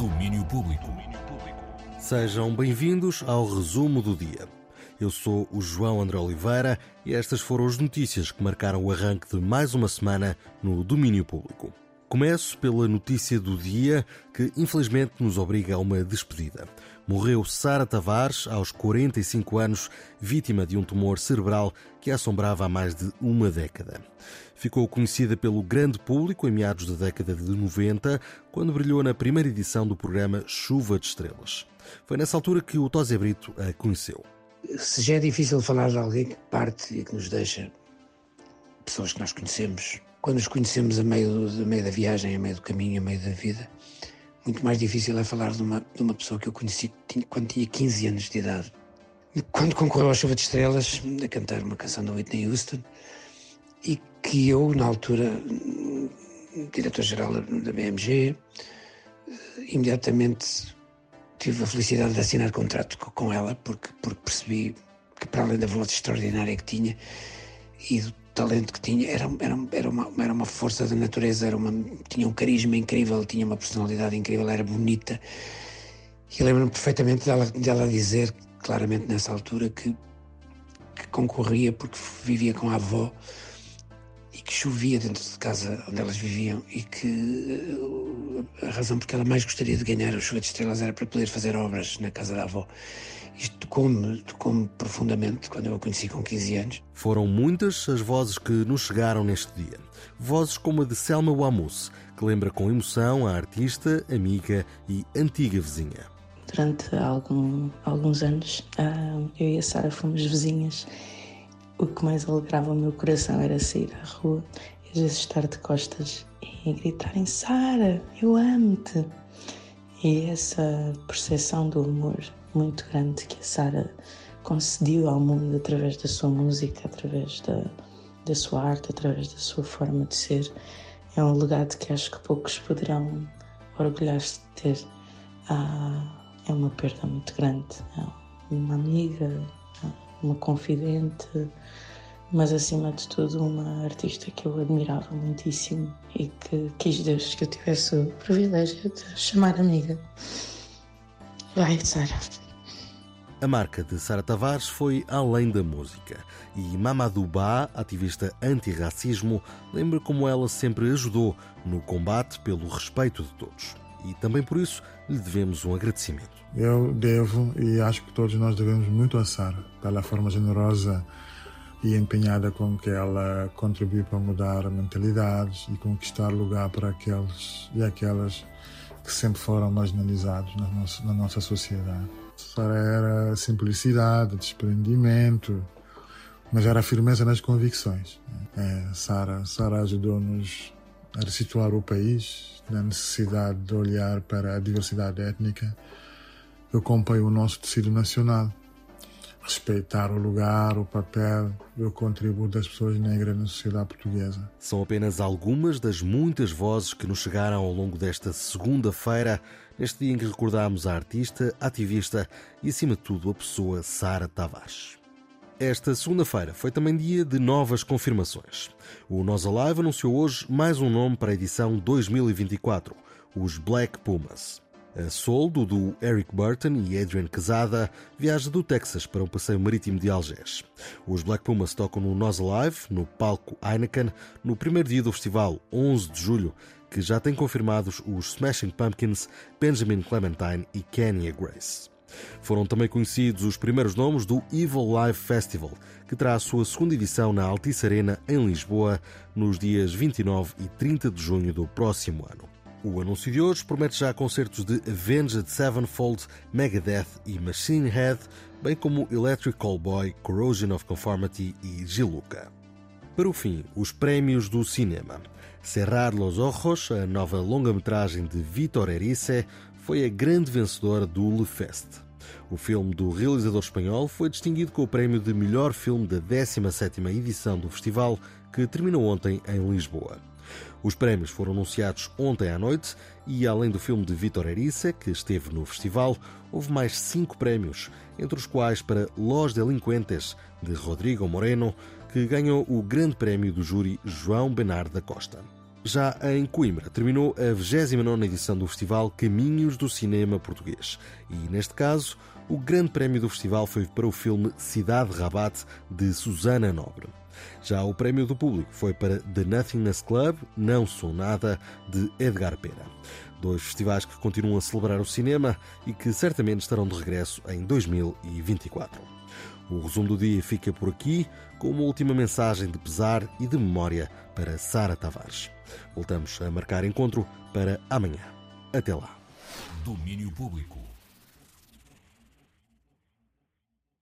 Domínio Público. Sejam bem-vindos ao resumo do dia. Eu sou o João André Oliveira e estas foram as notícias que marcaram o arranque de mais uma semana no Domínio Público. Começo pela notícia do dia que infelizmente nos obriga a uma despedida. Morreu Sara Tavares aos 45 anos, vítima de um tumor cerebral que a assombrava há mais de uma década. Ficou conhecida pelo grande público em meados da década de 90, quando brilhou na primeira edição do programa Chuva de Estrelas. Foi nessa altura que o Tosé Brito a conheceu. Se já é difícil falar de alguém que parte e que nos deixa, pessoas que nós conhecemos, quando os conhecemos a meio da viagem, a meio do caminho, a meio da vida, muito mais difícil é falar de uma pessoa que eu conheci quando tinha 15 anos de idade. Quando concorreu à Chuva de Estrelas, a cantar uma canção da Whitney Houston, e que eu, na altura, diretor-geral da BMG, imediatamente tive a felicidade de assinar contrato com ela, porque percebi que, para além da voz extraordinária que tinha e do talento que tinha, era uma força da natureza, tinha um carisma incrível, tinha uma personalidade incrível, era bonita. E lembro-me perfeitamente dela dizer, claramente nessa altura, que concorria porque vivia com a avó e que chovia dentro de casa onde elas viviam e que a razão porque ela mais gostaria de ganhar a Chuva de Estrelas era para poder fazer obras na casa da avó. Isto tocou-me profundamente quando eu a conheci com 15 anos. Foram muitas as vozes que nos chegaram neste dia. Vozes como a de Selma Wamous, que lembra com emoção a artista, amiga e antiga vizinha. Durante alguns anos, eu e a Sara fomos vizinhas. O que mais alegrava o meu coração era sair à rua e às vezes estar de costas e gritarem: Sara, eu amo-te! E essa percepção do amor muito grande que a Sara concedeu ao mundo através da sua música, através da sua arte, através da sua forma de ser, é um legado que acho que poucos poderão orgulhar-se de ter. É uma perda muito grande. É uma amiga, uma confidente, mas acima de tudo uma artista que eu admirava muitíssimo e que quis Deus que eu tivesse o privilégio de chamar amiga. Vai, Sara. A marca de Sara Tavares foi além da música e Mamadou Ba, ativista antirracismo, lembra como ela sempre ajudou no combate pelo respeito de todos. E também por isso lhe devemos um agradecimento. Eu devo e acho que todos nós devemos muito a Sara pela forma generosa e empenhada com que ela contribuiu para mudar mentalidades e conquistar lugar para aqueles e aquelas que sempre foram marginalizados na nossa sociedade. Sara era simplicidade, desprendimento, mas era firmeza nas convicções. Sara ajudou-nos a resituar o país na necessidade de olhar para a diversidade étnica que compõe o nosso tecido nacional. Respeitar o lugar, o papel e o contributo das pessoas negras na sociedade portuguesa. São apenas algumas das muitas vozes que nos chegaram ao longo desta segunda-feira, neste dia em que recordamos a artista, ativista e, acima de tudo, a pessoa Sara Tavares. Esta segunda-feira foi também dia de novas confirmações. O Nós Alive anunciou hoje mais um nome para a edição 2024, os Black Pumas. A soldo do Eric Burton e Adrian Quezada viaja do Texas para um passeio marítimo de Algés. Os Black Pumas tocam no Nós Alive, no palco Heineken, no primeiro dia do festival, 11 de julho, que já tem confirmados os Smashing Pumpkins, Benjamin Clementine e Kanye Grace. Foram também conhecidos os primeiros nomes do Evil Live Festival, que terá a sua segunda edição na Altice Arena, em Lisboa, nos dias 29 e 30 de junho do próximo ano. O anúncio de hoje promete já concertos de Avenged Sevenfold, Megadeth e Machine Head, bem como Electric Callboy, Corrosion of Conformity e Giluca. Para o fim, os prémios do cinema. Cerrar los Ojos, a nova longa-metragem de Vítor Erice, foi a grande vencedora do Le Fest. O filme do realizador espanhol foi distinguido com o prémio de melhor filme da 17ª edição do festival, que terminou ontem em Lisboa. Os prémios foram anunciados ontem à noite e, além do filme de Vítor Erice, que esteve no festival, houve mais 5 prémios, entre os quais para Los Delincuentes, de Rodrigo Moreno, que ganhou o grande prémio do júri João Bernardo da Costa. Já em Coimbra, terminou a 29ª edição do Festival Caminhos do Cinema Português. E, neste caso, o grande prémio do festival foi para o filme Cidade de Rabat, de Susana Nobre. Já o prémio do público foi para The Nothingness Club, Não Sou Nada, de Edgar Pera. 2 festivais que continuam a celebrar o cinema e que certamente estarão de regresso em 2024. O resumo do dia fica por aqui, com uma última mensagem de pesar e de memória para Sara Tavares. Voltamos a marcar encontro para amanhã. Até lá. Domínio Público.